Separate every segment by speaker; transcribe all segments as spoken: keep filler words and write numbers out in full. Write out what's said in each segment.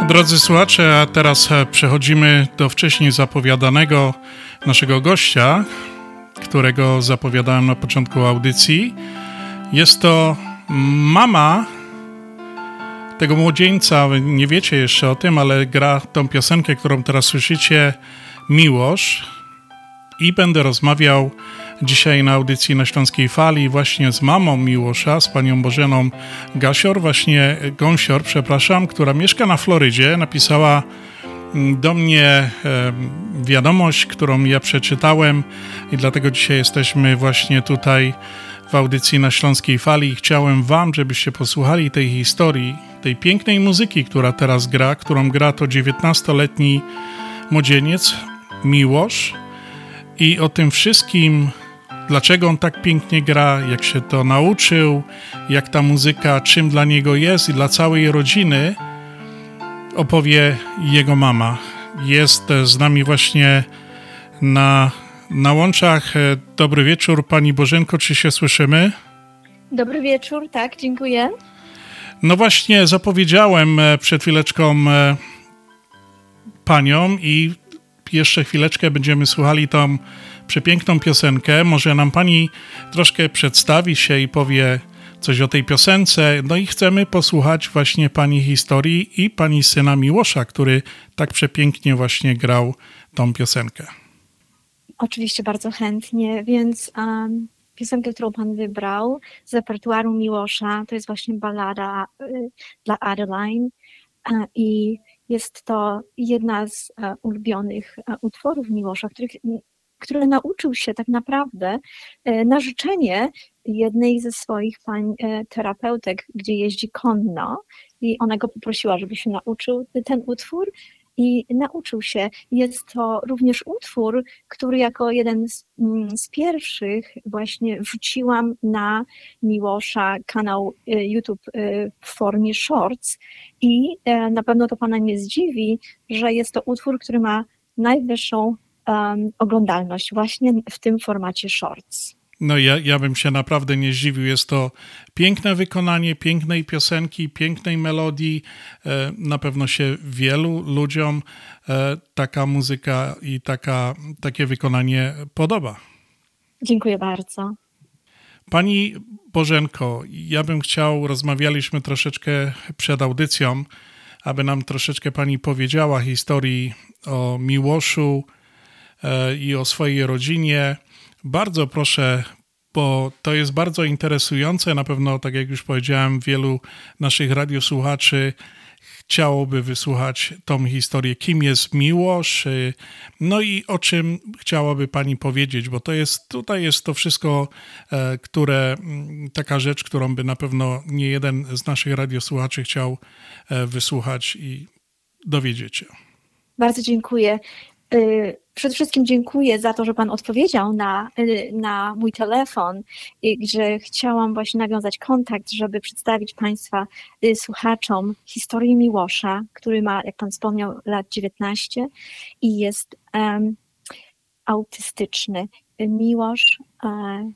Speaker 1: Drodzy słuchacze, a teraz przechodzimy do wcześniej zapowiadanego naszego gościa, którego zapowiadałem na początku audycji. Jest to mama tego młodzieńca, nie wiecie jeszcze o tym, ale gra tą piosenkę, którą teraz słyszycie, Miłosz. I będę rozmawiał dzisiaj na audycji na Śląskiej Fali właśnie z mamą Miłosza, z panią Bożeną Gasior, właśnie Gąsior, przepraszam, która mieszka na Florydzie. Napisała do mnie wiadomość, którą ja przeczytałem i dlatego dzisiaj jesteśmy właśnie tutaj w audycji na Śląskiej Fali i chciałem wam, żebyście posłuchali tej historii, tej pięknej muzyki, która teraz gra, którą gra to dziewiętnastoletni młodzieniec Miłosz i o tym wszystkim, dlaczego on tak pięknie gra, jak się to nauczył, jak ta muzyka, czym dla niego jest i dla całej rodziny, opowie jego mama. Jest z nami właśnie na, na łączach. Dobry wieczór, pani Bożenko, czy się słyszymy?
Speaker 2: Dobry wieczór, tak, dziękuję.
Speaker 1: No właśnie, zapowiedziałem przed chwileczką panią i jeszcze chwileczkę będziemy słuchali tą przepiękną piosenkę. Może nam pani troszkę przedstawi się i powie coś o tej piosence. No i chcemy posłuchać właśnie pani historii i pani syna Miłosza, który tak przepięknie właśnie grał tą piosenkę.
Speaker 2: Oczywiście bardzo chętnie, więc um, piosenkę, którą pan wybrał z repertuaru Miłosza, to jest właśnie ballada y, dla Adeline y, i jest to jedna z e, ulubionych e, utworów Miłosza, których, które nauczył się tak naprawdę e, na życzenie jednej ze swoich pań e, terapeutek, gdzie jeździ konno i ona go poprosiła, żeby się nauczył ten utwór i nauczył się. Jest to również utwór, który jako jeden z, z pierwszych właśnie wrzuciłam na Miłosza kanał YouTube w formie shorts i na pewno to pana nie zdziwi, że jest to utwór, który ma najwyższą um, oglądalność właśnie w tym formacie shorts.
Speaker 1: No ja, ja bym się naprawdę nie zdziwił. Jest to piękne wykonanie, pięknej piosenki, pięknej melodii. Na pewno się wielu ludziom taka muzyka i taka, takie wykonanie podoba.
Speaker 2: Dziękuję bardzo.
Speaker 1: Pani Bożenko, ja bym chciał, rozmawialiśmy troszeczkę przed audycją, aby nam troszeczkę pani powiedziała historii o Miłoszu i o swojej rodzinie. Bardzo proszę, bo to jest bardzo interesujące. Na pewno, tak jak już powiedziałem, wielu naszych radiosłuchaczy chciałoby wysłuchać tą historię, kim jest Miłosz, no i o czym chciałaby pani powiedzieć, bo to jest, tutaj jest to wszystko, które, taka rzecz, którą by na pewno nie jeden z naszych radiosłuchaczy chciał wysłuchać i dowiedzieć się.
Speaker 2: Bardzo dziękuję. Przede wszystkim dziękuję za to, że pan odpowiedział na, na mój telefon, gdzie chciałam właśnie nawiązać kontakt, żeby przedstawić państwa słuchaczom historię Miłosza, który ma, jak pan wspomniał, lat dziewiętnaście i jest um, autystyczny. Miłosz um,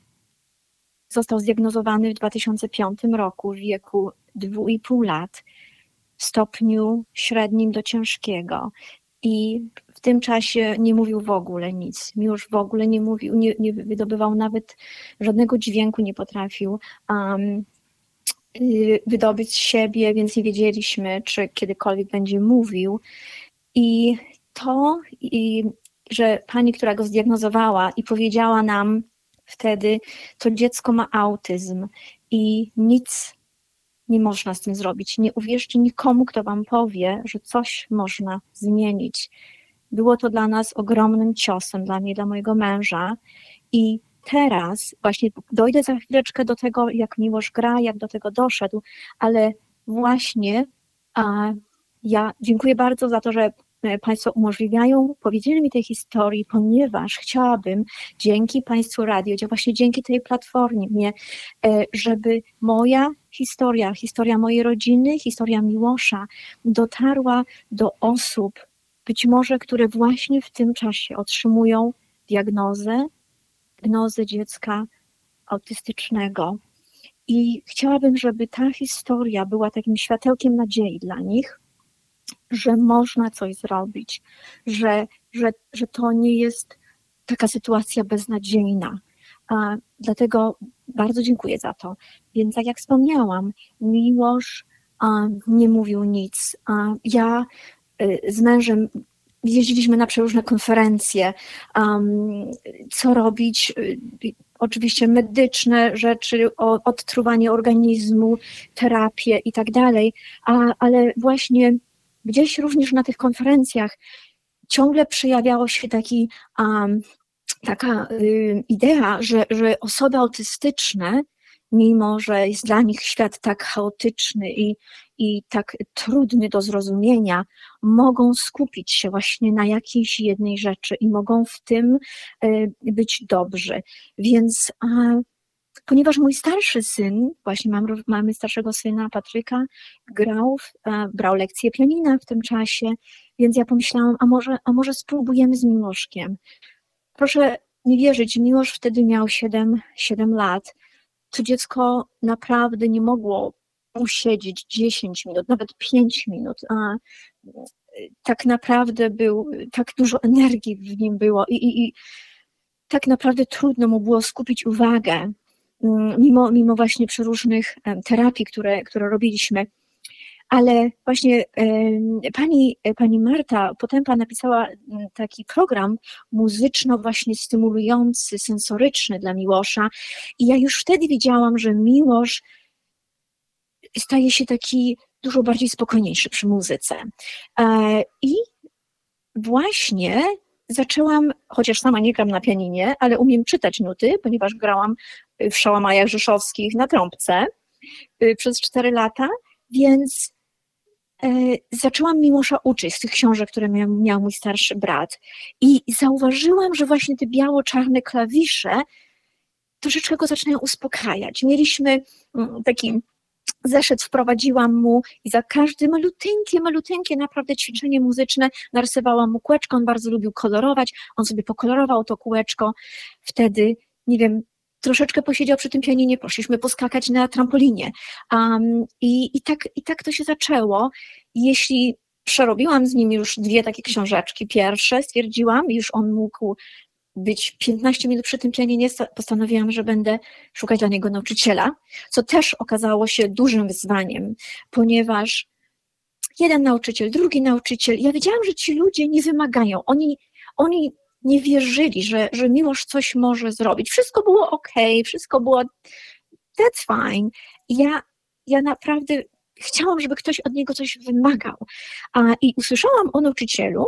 Speaker 2: został zdiagnozowany w dwa tysiące piątym roku w wieku dwóch i pół lat w stopniu średnim do ciężkiego. I w tym czasie nie mówił w ogóle nic. Miłosz w ogóle nie mówił, nie, nie wydobywał nawet żadnego dźwięku, nie potrafił um, wydobyć z siebie, więc nie wiedzieliśmy, czy kiedykolwiek będzie mówił. I to, i, że pani, która go zdiagnozowała i powiedziała nam wtedy, to dziecko ma autyzm i nic nie można z tym zrobić. Nie uwierzcie nikomu, kto wam powie, że coś można zmienić. Było to dla nas ogromnym ciosem, dla mnie, dla mojego męża. I teraz właśnie dojdę za chwileczkę do tego, jak Miłosz gra, jak do tego doszedł, ale właśnie a, ja dziękuję bardzo za to, że państwo umożliwiają powiedzieli mi tej historii, ponieważ chciałabym dzięki państwu radio, właśnie dzięki tej platformie, żeby moja historia, historia mojej rodziny, historia Miłosza dotarła do osób, być może, które właśnie w tym czasie otrzymują diagnozę, diagnozę dziecka autystycznego. I chciałabym, żeby ta historia była takim światełkiem nadziei dla nich, że można coś zrobić, że, że, że to nie jest taka sytuacja beznadziejna. A dlatego bardzo dziękuję za to. Więc tak jak wspomniałam, Miłosz a, nie mówił nic. A ja y, z mężem jeździliśmy na przeróżne konferencje, um, co robić, y, oczywiście medyczne rzeczy, o, odtruwanie organizmu, terapię i tak dalej, a, ale właśnie gdzieś również na tych konferencjach ciągle przejawiało się taki, um, taka y, idea, że, że osoby autystyczne, mimo że jest dla nich świat tak chaotyczny i, i tak trudny do zrozumienia, mogą skupić się właśnie na jakiejś jednej rzeczy i mogą w tym y, być dobrzy. Więc a, ponieważ mój starszy syn, właśnie mam, mamy starszego syna Patryka, grał, a, brał lekcje pianina w tym czasie, więc ja pomyślałam, a może, a może spróbujemy z Miłoszkiem. Proszę nie wierzyć, Miłosz wtedy miał siedem lat. To dziecko naprawdę nie mogło usiedzieć dziesięć minut, nawet pięć minut. A tak naprawdę był, tak dużo energii w nim było i, i, i tak naprawdę trudno mu było skupić uwagę, mimo, mimo właśnie przeróżnych terapii, które, które robiliśmy. Ale właśnie pani, pani Marta Potępa napisała taki program muzyczno właśnie stymulujący, sensoryczny dla Miłosza i ja już wtedy wiedziałam, że Miłosz staje się taki dużo bardziej spokojniejszy przy muzyce. I właśnie zaczęłam, chociaż sama nie gram na pianinie, ale umiem czytać nuty, ponieważ grałam w szałamajach rzeszowskich na trąbce przez cztery lata, więc zaczęłam Miłosza uczyć z tych książek, które miał, miał mój starszy brat i zauważyłam, że właśnie te biało-czarne klawisze troszeczkę go zaczynają uspokajać. Mieliśmy taki zeszyt, wprowadziłam mu i za każde maluteńkie, maluteńkie naprawdę ćwiczenie muzyczne narysowałam mu kółeczko, on bardzo lubił kolorować, on sobie pokolorował to kółeczko, wtedy, nie wiem, troszeczkę posiedział przy tym pianinie, poszliśmy poskakać na trampolinie. Um, i, i, tak, I tak to się zaczęło. Jeśli przerobiłam z nim już dwie takie książeczki pierwsze, stwierdziłam, już on mógł być piętnaście minut przy tym pianinie, postanowiłam, że będę szukać dla niego nauczyciela, co też okazało się dużym wyzwaniem, ponieważ jeden nauczyciel, drugi nauczyciel, ja wiedziałam, że ci ludzie nie wymagają, oni, oni nie wierzyli, że, że Miłosz coś może zrobić. Wszystko było okej, wszystko było that's fine. Ja, ja naprawdę chciałam, żeby ktoś od niego coś wymagał. A, I usłyszałam o nauczycielu,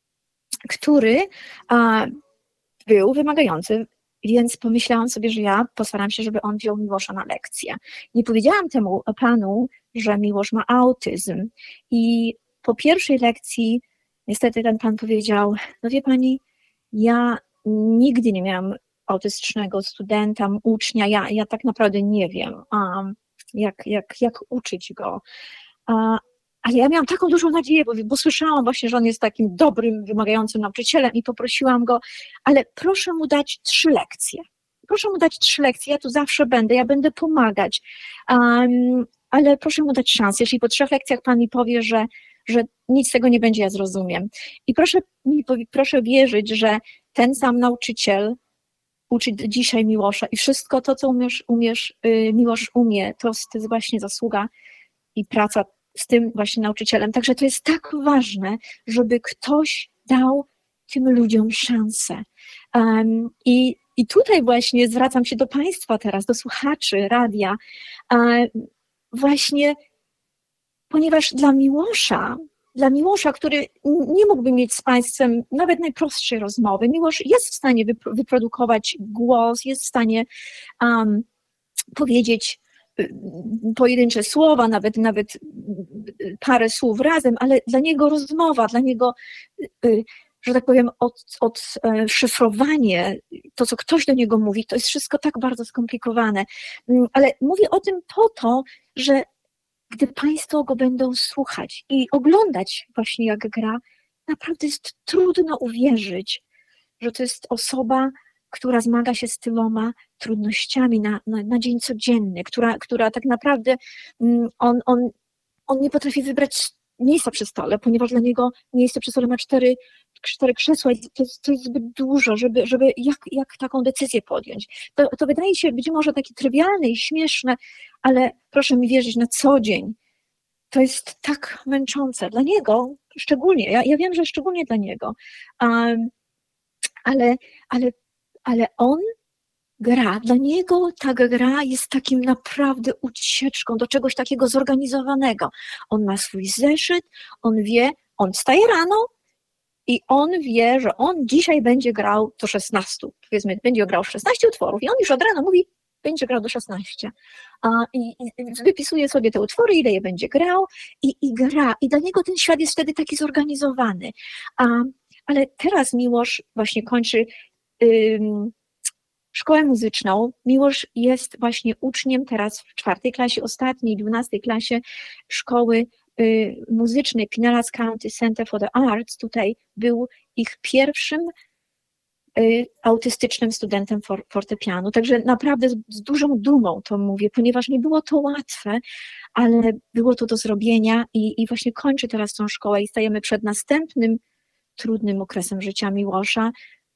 Speaker 2: który a, był wymagający, więc pomyślałam sobie, że ja postaram się, żeby on wziął Miłosza na lekcję. Nie powiedziałam temu panu, że Miłosz ma autyzm. I po pierwszej lekcji niestety ten pan powiedział, no wie pani, ja nigdy nie miałam autystycznego studenta, ucznia, ja, ja tak naprawdę nie wiem, um, jak, jak, jak uczyć go. Uh, ale ja miałam taką dużą nadzieję, bo, bo słyszałam właśnie, że on jest takim dobrym, wymagającym nauczycielem i poprosiłam go, ale proszę mu dać trzy lekcje. Proszę mu dać trzy lekcje, ja tu zawsze będę, ja będę pomagać, um, ale proszę mu dać szansę. Jeśli po trzech lekcjach pan mi powie, że że nic z tego nie będzie, ja zrozumiem. I proszę mi, proszę wierzyć, że ten sam nauczyciel uczy dzisiaj Miłosza i wszystko to, co umiesz, umiesz Miłosz umie, to jest właśnie zasługa i praca z tym właśnie nauczycielem. Także to jest tak ważne, żeby ktoś dał tym ludziom szansę. Um, i, I tutaj właśnie zwracam się do Państwa teraz, do słuchaczy radia. Um, właśnie ponieważ dla Miłosza, dla Miłosza, który nie mógłby mieć z Państwem nawet najprostszej rozmowy, Miłosz jest w stanie wyprodukować głos, jest w stanie um, powiedzieć pojedyncze słowa, nawet, nawet parę słów razem, ale dla niego rozmowa, dla niego, że tak powiem, od, odszyfrowanie, to co ktoś do niego mówi, to jest wszystko tak bardzo skomplikowane. Ale mówię o tym po to, że gdy Państwo go będą słuchać i oglądać właśnie jak gra, naprawdę jest trudno uwierzyć, że to jest osoba, która zmaga się z tyloma trudnościami na, na, na dzień codzienny, która, która tak naprawdę on, on, on nie potrafi wybrać miejsca przy stole, ponieważ dla niego miejsce przy stole ma cztery, cztery krzesła i to, to jest zbyt dużo, żeby, żeby jak, jak taką decyzję podjąć. To, to wydaje się być może takie trywialne i śmieszne, ale proszę mi wierzyć, na co dzień to jest tak męczące. Dla niego szczególnie, ja, ja wiem, że szczególnie dla niego, um, ale, ale, ale on gra. Dla niego ta gra jest takim naprawdę ucieczką do czegoś takiego zorganizowanego. On ma swój zeszyt, on wie, on wstaje rano i on wie, że on dzisiaj będzie grał do szesnastu. Powiedzmy, będzie grał szesnaście utworów i on już od rana mówi, będzie grał do szesnastu. I, i wypisuje sobie te utwory, ile je będzie grał i, i gra. I dla niego ten świat jest wtedy taki zorganizowany. A, ale teraz Miłosz właśnie kończy ym, szkołę muzyczną. Miłosz jest właśnie uczniem teraz w czwartej klasie, ostatniej, dwunastej klasie szkoły y, muzycznej Pinellas County Center for the Arts. Tutaj był ich pierwszym y, autystycznym studentem for, fortepianu. Także naprawdę z, z dużą dumą to mówię, ponieważ nie było to łatwe, ale było to do zrobienia i, i właśnie kończy teraz tą szkołę i stajemy przed następnym trudnym okresem życia Miłosza,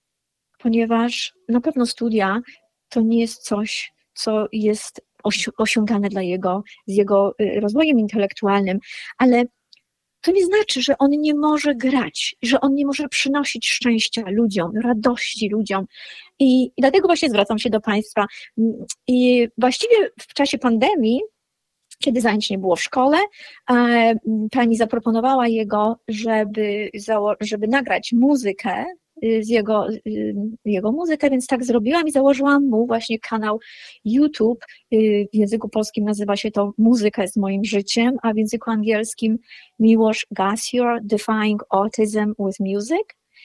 Speaker 2: ponieważ na pewno studia to nie jest coś, co jest osiągane dla jego, z jego rozwojem intelektualnym, ale to nie znaczy, że on nie może grać, że on nie może przynosić szczęścia ludziom, radości ludziom. I, i dlatego właśnie zwracam się do Państwa. I właściwie w czasie pandemii, kiedy zajęć nie było w szkole, pani zaproponowała jego, żeby, żeby nagrać muzykę, z jego, jego muzykę, więc tak zrobiłam i założyłam mu właśnie kanał YouTube. W języku polskim nazywa się to Muzyka z moim życiem, a w języku angielskim Miłosz Gasior, Defying Autism with Music.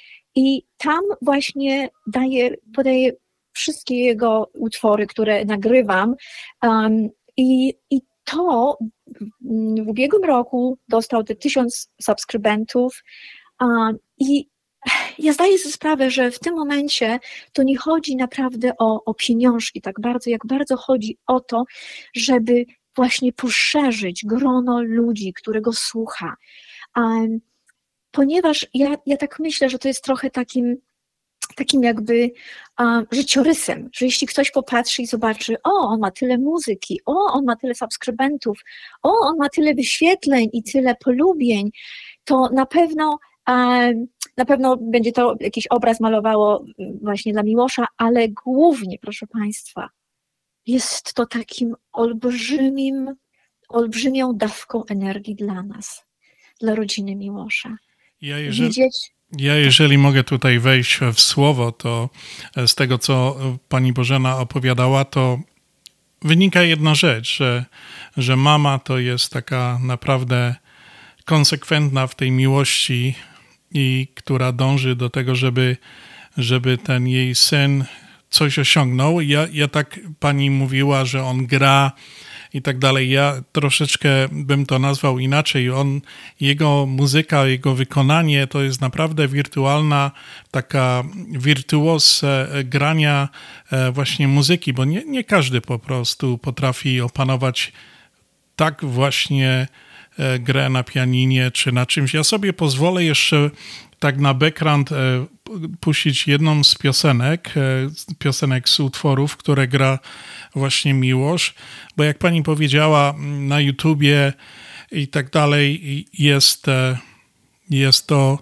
Speaker 2: I tam właśnie daję, podaję wszystkie jego utwory, które nagrywam. Um, i, I to w ubiegłym roku dostał te tysiąc subskrybentów um, i ja zdaję sobie sprawę, że w tym momencie to nie chodzi naprawdę o, o pieniążki tak bardzo, jak bardzo chodzi o to, żeby właśnie poszerzyć grono ludzi, którego słucha. Um, ponieważ ja, ja tak myślę, że to jest trochę takim, takim jakby um, życiorysem, że jeśli ktoś popatrzy i zobaczy, o, on ma tyle muzyki, o, on ma tyle subskrybentów, o, on ma tyle wyświetleń i tyle polubień, to na pewno um, Na pewno będzie to jakiś obraz malowało właśnie dla Miłosza, ale głównie, proszę Państwa, jest to takim olbrzymim, olbrzymią dawką energii dla nas, dla rodziny Miłosza.
Speaker 1: Ja jeżeli, Widzieć... ja jeżeli mogę tutaj wejść w słowo, to z tego, co pani Bożena opowiadała, to wynika jedna rzecz, że, że mama to jest taka naprawdę konsekwentna w tej miłości, i która dąży do tego, żeby, żeby ten jej syn coś osiągnął. Ja, ja tak pani mówiła, że on gra i tak dalej. Ja troszeczkę bym to nazwał inaczej. On, jego muzyka, jego wykonanie to jest naprawdę wirtualna, taka wirtuoz grania właśnie muzyki, bo nie, nie każdy po prostu potrafi opanować tak właśnie grę na pianinie czy na czymś. Ja sobie pozwolę jeszcze tak na background puścić jedną z piosenek, piosenek z utworów, które gra właśnie Miłosz, bo jak pani powiedziała, na YouTubie i tak dalej jest, jest to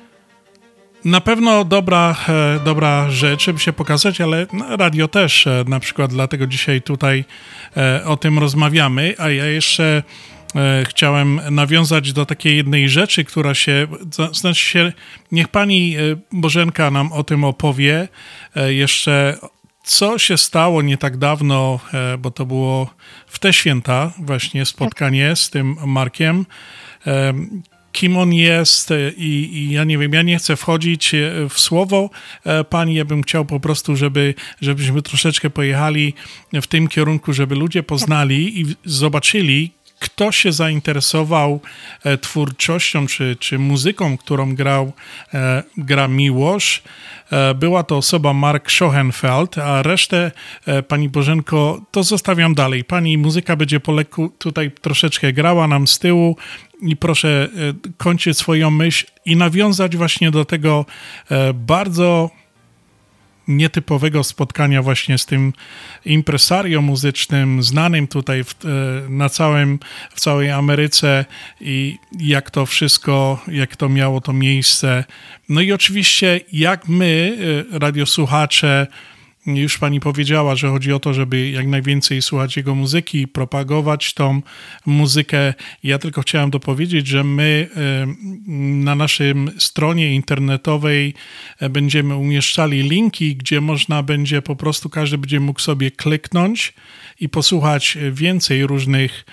Speaker 1: na pewno dobra, dobra rzecz, żeby się pokazać, ale radio też na przykład, dlatego dzisiaj tutaj o tym rozmawiamy, a ja jeszcze chciałem nawiązać do takiej jednej rzeczy, która się, znaczy się, niech pani Bożenka nam o tym opowie jeszcze, co się stało nie tak dawno, bo to było w te święta właśnie spotkanie z tym Markiem, kim on jest i, i ja nie wiem, ja nie chcę wchodzić w słowo pani, ja bym chciał po prostu, żeby, żebyśmy troszeczkę pojechali w tym kierunku, żeby ludzie poznali i zobaczyli, kto się zainteresował twórczością czy, czy muzyką, którą grał, gra Miłosz. Była to osoba Mark Schoenfeld, a resztę, pani Bożenko, to zostawiam dalej. Pani muzyka będzie po lekku tutaj troszeczkę grała nam z tyłu i proszę kończyć swoją myśl i nawiązać właśnie do tego bardzo nietypowego spotkania właśnie z tym impresario muzycznym, znanym tutaj w, na całym, w całej Ameryce i jak to wszystko, jak to miało to miejsce. No i oczywiście jak my, radiosłuchacze, już pani powiedziała, że chodzi o to, żeby jak najwięcej słuchać jego muzyki, propagować tą muzykę. Ja tylko chciałem dopowiedzieć, że my na naszym stronie internetowej będziemy umieszczali linki, gdzie można będzie po prostu, każdy będzie mógł sobie kliknąć i posłuchać więcej różnych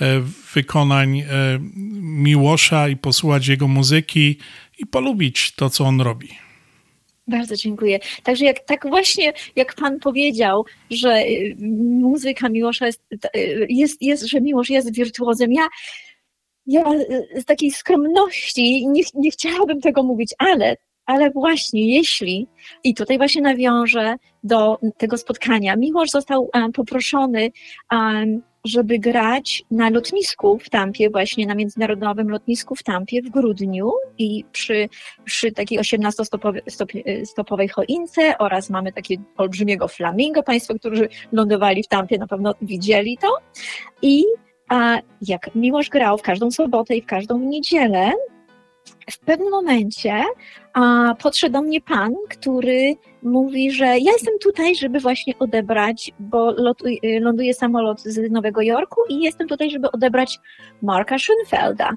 Speaker 1: wykonań Miłosza i posłuchać jego muzyki i polubić to, co on robi.
Speaker 2: Bardzo dziękuję. Także jak, tak właśnie jak pan powiedział, że muzyka Miłosza jest, jest, jest że Miłosz jest wirtuozem. Ja, ja z takiej skromności nie, nie chciałabym tego mówić, ale, ale właśnie jeśli, i tutaj właśnie nawiążę do tego spotkania, Miłosz został um, poproszony um, żeby grać na lotnisku w Tampie, właśnie na międzynarodowym lotnisku w Tampie w grudniu i przy, przy takiej osiemnastostopowej choince oraz mamy takie olbrzymiego flamingo. Państwo, którzy lądowali w Tampie, na pewno widzieli to. I a, jak Miłosz grał w każdą sobotę i w każdą niedzielę, w pewnym momencie a, podszedł do mnie pan, który mówi, że ja jestem tutaj, żeby właśnie odebrać, bo lotu, ląduje samolot z Nowego Jorku i jestem tutaj, żeby odebrać Marka Schoenfelda.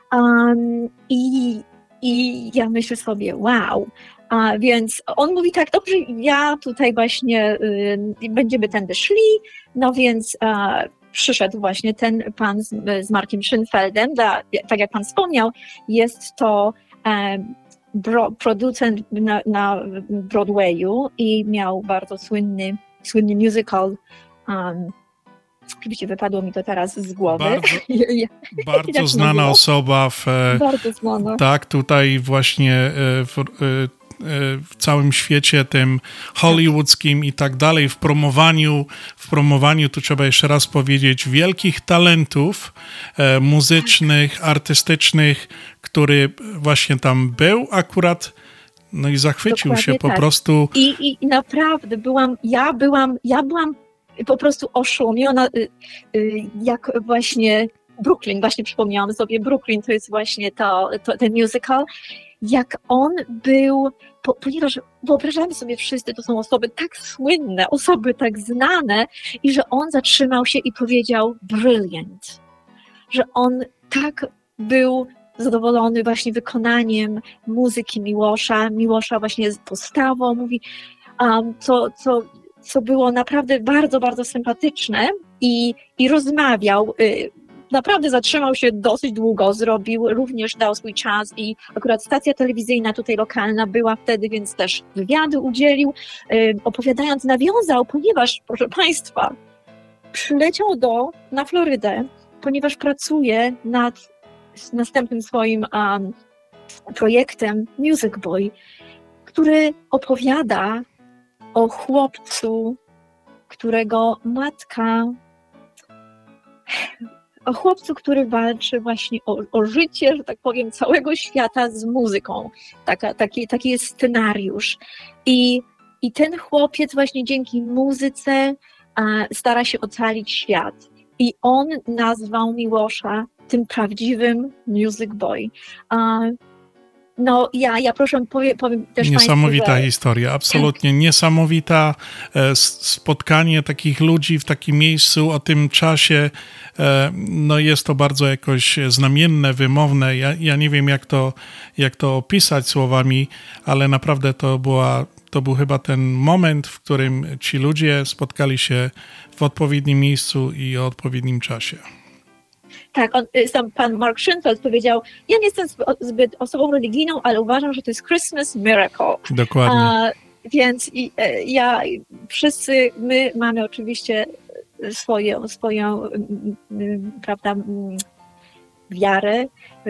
Speaker 2: Um, i, I ja myślę sobie, wow. A więc on mówi tak, dobrze, ja tutaj właśnie y, będziemy tędy szli, no więc y, przyszedł właśnie ten pan z, z Markiem Schoenfeldem, dla, tak jak pan wspomniał, jest to um, bro, producent na, na Broadwayu i miał bardzo słynny, słynny musical. Um, oczywiście wypadło mi to teraz z głowy.
Speaker 1: Bardzo, bardzo znana osoba w,
Speaker 2: bardzo znana.
Speaker 1: Tak, tutaj właśnie w, w całym świecie tym hollywoodzkim i tak dalej, w promowaniu, w promowaniu, tu trzeba jeszcze raz powiedzieć, wielkich talentów e, muzycznych, artystycznych, który właśnie tam był akurat, no i zachwycił Dokładnie się po tak. prostu.
Speaker 2: I, I naprawdę byłam, ja byłam, ja byłam po prostu oszołomiona, y, y, jak właśnie Brooklyn, właśnie przypomniałam sobie, Brooklyn to jest właśnie to, to ten musical, jak on był, po, ponieważ wyobrażamy sobie wszyscy, to są osoby tak słynne, osoby tak znane i że on zatrzymał się i powiedział brilliant, że on tak był zadowolony właśnie wykonaniem muzyki Miłosza, Miłosza właśnie z postawą, mówi, um, co, co, co było naprawdę bardzo, bardzo sympatyczne i, i rozmawiał, y, naprawdę zatrzymał się dosyć długo, zrobił, również dał swój czas i akurat stacja telewizyjna tutaj lokalna była wtedy, więc też wywiadu udzielił, y, opowiadając, nawiązał, ponieważ, proszę Państwa, przyleciał do, na Florydę, ponieważ pracuje nad następnym swoim um, projektem Music Boy, który opowiada o chłopcu, którego matka, o chłopcu, który walczy właśnie o, o życie, że tak powiem, całego świata z muzyką. Taka, taki, taki jest scenariusz. I, i ten chłopiec właśnie dzięki muzyce a, stara się ocalić świat. I on nazwał Miłosza tym prawdziwym music boy. A, No ja, ja proszę, powiem, powiem też
Speaker 1: Niesamowita
Speaker 2: Państwu, że...
Speaker 1: historia, absolutnie niesamowita. Spotkanie takich ludzi w takim miejscu o tym czasie, no jest to bardzo jakoś znamienne, wymowne. Ja, ja nie wiem, jak to, jak to opisać słowami, ale naprawdę to była, to był chyba ten moment, w którym ci ludzie spotkali się w odpowiednim miejscu i o odpowiednim czasie.
Speaker 2: Tak, on, sam pan Mark Schoenfeld powiedział, ja nie jestem zbyt osobą religijną, ale uważam, że to jest Christmas miracle.
Speaker 1: Dokładnie.
Speaker 2: A, więc i, ja, wszyscy my mamy oczywiście swoją, swoją prawda, wiarę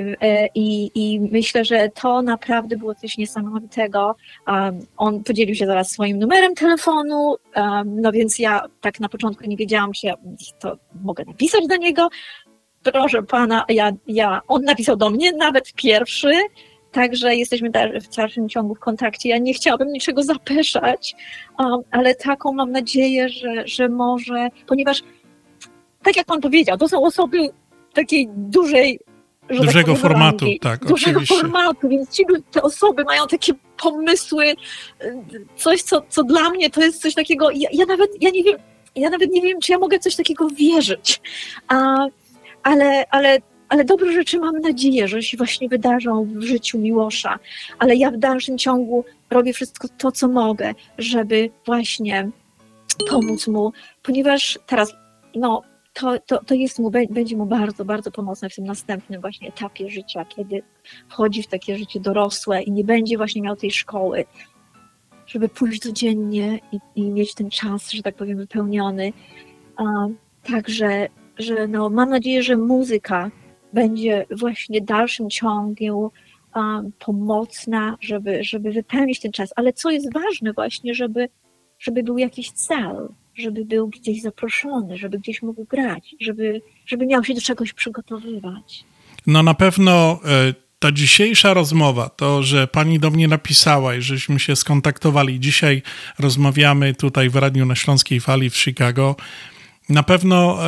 Speaker 2: i, i myślę, że to naprawdę było coś niesamowitego. Um, on podzielił się zaraz swoim numerem telefonu, um, no więc ja tak na początku nie wiedziałam, czy ja to mogę napisać do niego. Proszę pana, ja, ja, on napisał do mnie nawet pierwszy, także jesteśmy w dalszym ciągu w kontakcie. Ja nie chciałabym niczego zapeszać, um, ale taką mam nadzieję, że, że może, ponieważ tak jak pan powiedział, to są osoby takiej dużej, że
Speaker 1: dużego
Speaker 2: tak
Speaker 1: formatu,
Speaker 2: rangi,
Speaker 1: tak,
Speaker 2: dużego
Speaker 1: oczywiście.
Speaker 2: formatu, więc ci, te osoby mają takie pomysły, coś, co, co dla mnie to jest coś takiego, ja, ja nawet, ja nie wiem, ja nawet nie wiem, czy ja mogę w coś takiego wierzyć, A, ale, ale, ale dobre rzeczy mam nadzieję, że się właśnie wydarzą w życiu Miłosza, ale ja w dalszym ciągu robię wszystko to, co mogę, żeby właśnie pomóc mu, ponieważ teraz, no, To, to, to jest mu, będzie mu bardzo, bardzo pomocne w tym następnym właśnie etapie życia, kiedy wchodzi w takie życie dorosłe i nie będzie właśnie miał tej szkoły, żeby pójść codziennie i, i mieć ten czas, że tak powiem, wypełniony. Um, także, że no, mam nadzieję, że muzyka będzie właśnie w dalszym ciągu um, pomocna, żeby, żeby wypełnić ten czas. Ale co jest ważne właśnie, żeby, żeby był jakiś cel, żeby był gdzieś zaproszony, żeby gdzieś mógł grać, żeby, żeby miał się do czegoś przygotowywać.
Speaker 1: No na pewno ta dzisiejsza rozmowa, to, że pani do mnie napisała i żeśmy się skontaktowali, dzisiaj rozmawiamy tutaj w Radiu na Śląskiej Fali w Chicago, na pewno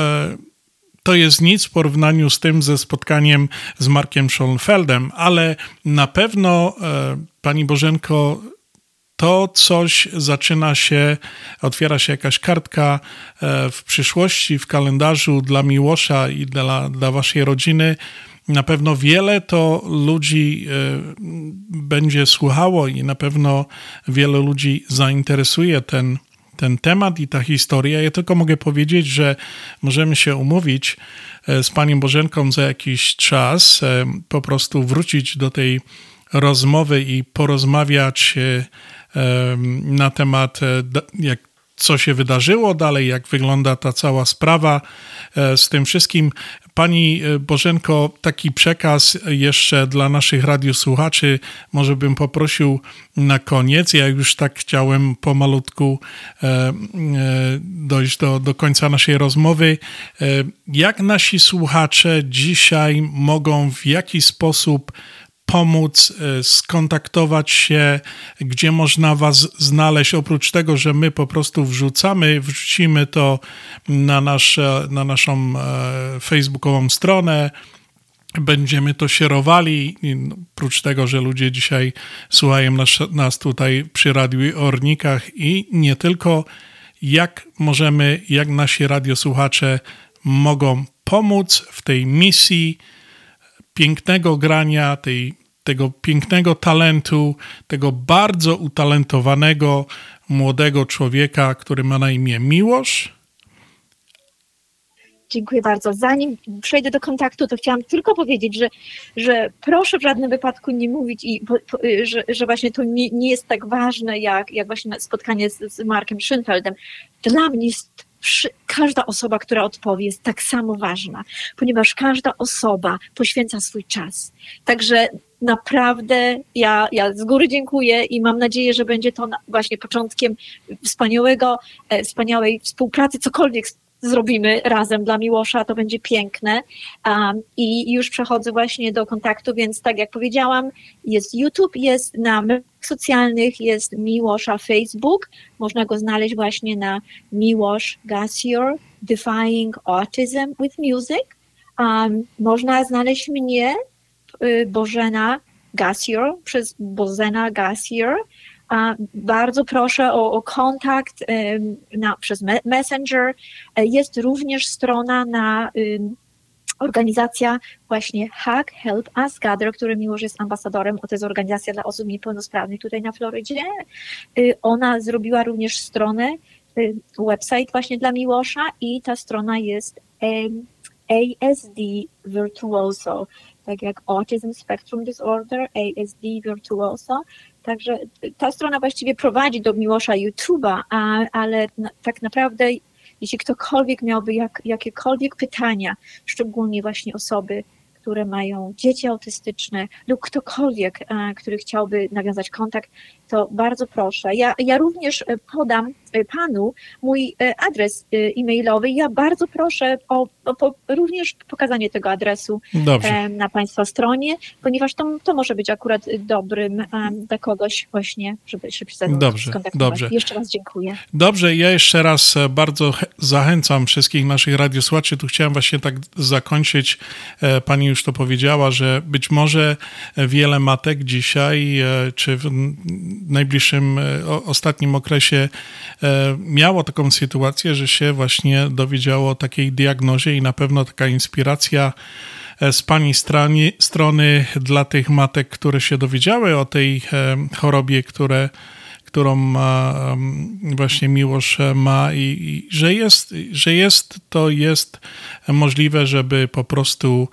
Speaker 1: to jest nic w porównaniu z tym ze spotkaniem z Markiem Schoenfeldem, ale na pewno pani Bożenko, to coś zaczyna się, otwiera się jakaś kartka w przyszłości, w kalendarzu dla Miłosza i dla, dla waszej rodziny. Na pewno wiele to ludzi będzie słuchało i na pewno wiele ludzi zainteresuje ten, ten temat i ta historia. Ja tylko mogę powiedzieć, że możemy się umówić z panią Bożenką za jakiś czas, po prostu wrócić do tej rozmowy i porozmawiać na temat, jak, co się wydarzyło dalej, jak wygląda ta cała sprawa z tym wszystkim. Pani Bożenko, taki przekaz jeszcze dla naszych radiosłuchaczy, może bym poprosił na koniec. Ja już tak chciałem pomalutku dojść do, do końca naszej rozmowy. Jak nasi słuchacze dzisiaj mogą w jaki sposób pomóc, skontaktować się, gdzie można was znaleźć, oprócz tego, że my po prostu wrzucamy, wrzucimy to na, nasze, na naszą facebookową stronę, będziemy to szerowali, oprócz tego, że ludzie dzisiaj słuchają nas, nas tutaj przy Radiu Ornikach i nie tylko, jak możemy, jak nasi radiosłuchacze mogą pomóc w tej misji pięknego grania, tej, tego pięknego talentu, tego bardzo utalentowanego młodego człowieka, który ma na imię Miłosz.
Speaker 2: Dziękuję bardzo. Zanim przejdę do kontaktu, to chciałam tylko powiedzieć, że, że proszę w żadnym wypadku nie mówić, i, że, że właśnie to nie, nie jest tak ważne, jak, jak właśnie spotkanie z, z Markiem Schoenfeldem. Dla mnie jest każda osoba, która odpowie, jest tak samo ważna, ponieważ każda osoba poświęca swój czas. Także naprawdę ja, ja z góry dziękuję i mam nadzieję, że będzie to właśnie początkiem wspaniałego, wspaniałej współpracy, cokolwiek zrobimy razem dla Miłosza, to będzie piękne. Um, I już przechodzę właśnie do kontaktu, więc tak jak powiedziałam, jest YouTube, jest na mediach socjalnych, jest Miłosza Facebook, można go znaleźć właśnie na Miłosz Gassior, Defying Autism with Music. Um, można znaleźć mnie, y, Bożena Gassior, przez Bożena Gassior. Uh, bardzo proszę o, o kontakt um, na, przez me- Messenger. Jest również strona na um, organizacja właśnie Hug Help Us Gather, który Miłosz jest ambasadorem, to jest organizacja dla osób niepełnosprawnych tutaj na Florydzie. Y, ona zrobiła również stronę, y, website właśnie dla Miłosza i ta strona jest um, A S D Virtuoso, tak jak Autism Spectrum Disorder, A S D Virtuoso. Także ta strona właściwie prowadzi do Miłosza YouTube'a, a, ale na, tak naprawdę jeśli ktokolwiek miałby jak, jakiekolwiek pytania, szczególnie właśnie osoby, które mają dzieci autystyczne lub ktokolwiek, który chciałby nawiązać kontakt, to bardzo proszę. Ja, ja również podam panu mój adres e-mailowy. Ja bardzo proszę o, o, o również pokazanie tego adresu
Speaker 1: Dobrze.
Speaker 2: na państwa stronie, ponieważ to, to może być akurat dobrym dla kogoś właśnie, żeby się
Speaker 1: dobrze,
Speaker 2: skontaktować.
Speaker 1: dobrze.
Speaker 2: Jeszcze raz dziękuję.
Speaker 1: Dobrze, ja jeszcze raz bardzo zachęcam wszystkich naszych radiosłuchaczy. Tu chciałem właśnie tak zakończyć. Pani już to powiedziała, że być może wiele matek dzisiaj, czy w najbliższym, ostatnim okresie miało taką sytuację, że się właśnie dowiedziało o takiej diagnozie i na pewno taka inspiracja z pani strony, strony dla tych matek, które się dowiedziały o tej chorobie, które, którą właśnie Miłosz ma i, i że jest, że jest, to jest możliwe, żeby po prostu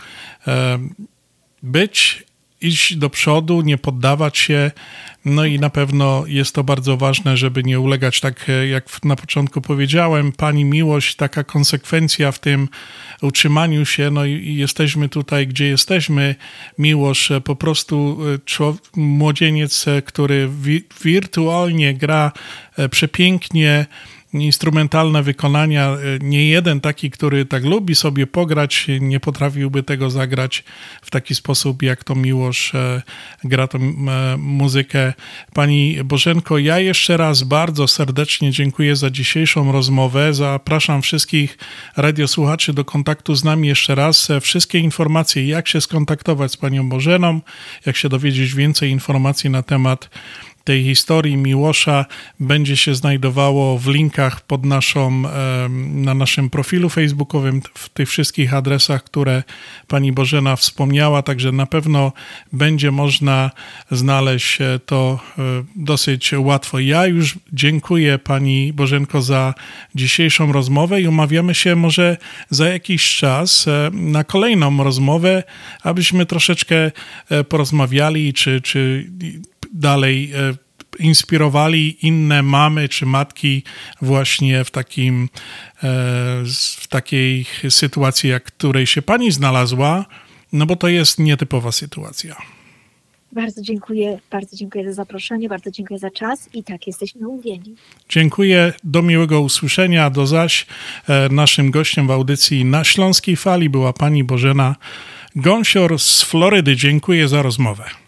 Speaker 1: być, iść do przodu, nie poddawać się. No i na pewno jest to bardzo ważne, żeby nie ulegać, tak jak na początku powiedziałem, pani Miłość, taka konsekwencja w tym utrzymaniu się, no i jesteśmy tutaj, gdzie jesteśmy. Miłosz, po prostu człowiek, młodzieniec, który wi- wirtualnie gra przepięknie, instrumentalne wykonania. Nie jeden taki, który tak lubi sobie pograć, nie potrafiłby tego zagrać w taki sposób, jak to Miłosz gra tą muzykę. Pani Bożenko, ja jeszcze raz bardzo serdecznie dziękuję za dzisiejszą rozmowę. Zapraszam wszystkich radiosłuchaczy do kontaktu z nami jeszcze raz. Wszystkie informacje, jak się skontaktować z panią Bożeną, jak się dowiedzieć więcej informacji na temat tej historii Miłosza, będzie się znajdowało w linkach pod naszą, na naszym profilu facebookowym, w tych wszystkich adresach, które pani Bożena wspomniała, także na pewno będzie można znaleźć to dosyć łatwo. Ja już dziękuję pani Bożenko za dzisiejszą rozmowę i umawiamy się może za jakiś czas na kolejną rozmowę, abyśmy troszeczkę porozmawiali, czy, czy dalej inspirowali inne mamy czy matki właśnie w takim, w takiej sytuacji, jak której się pani znalazła, no bo to jest nietypowa sytuacja.
Speaker 2: Bardzo dziękuję, bardzo dziękuję za zaproszenie, bardzo dziękuję za czas i tak, jesteśmy umówieni.
Speaker 1: Dziękuję, do miłego usłyszenia, do zaś. Naszym gościem w audycji Na Śląskiej Fali była pani Bożena Gąsior z Florydy. Dziękuję za rozmowę.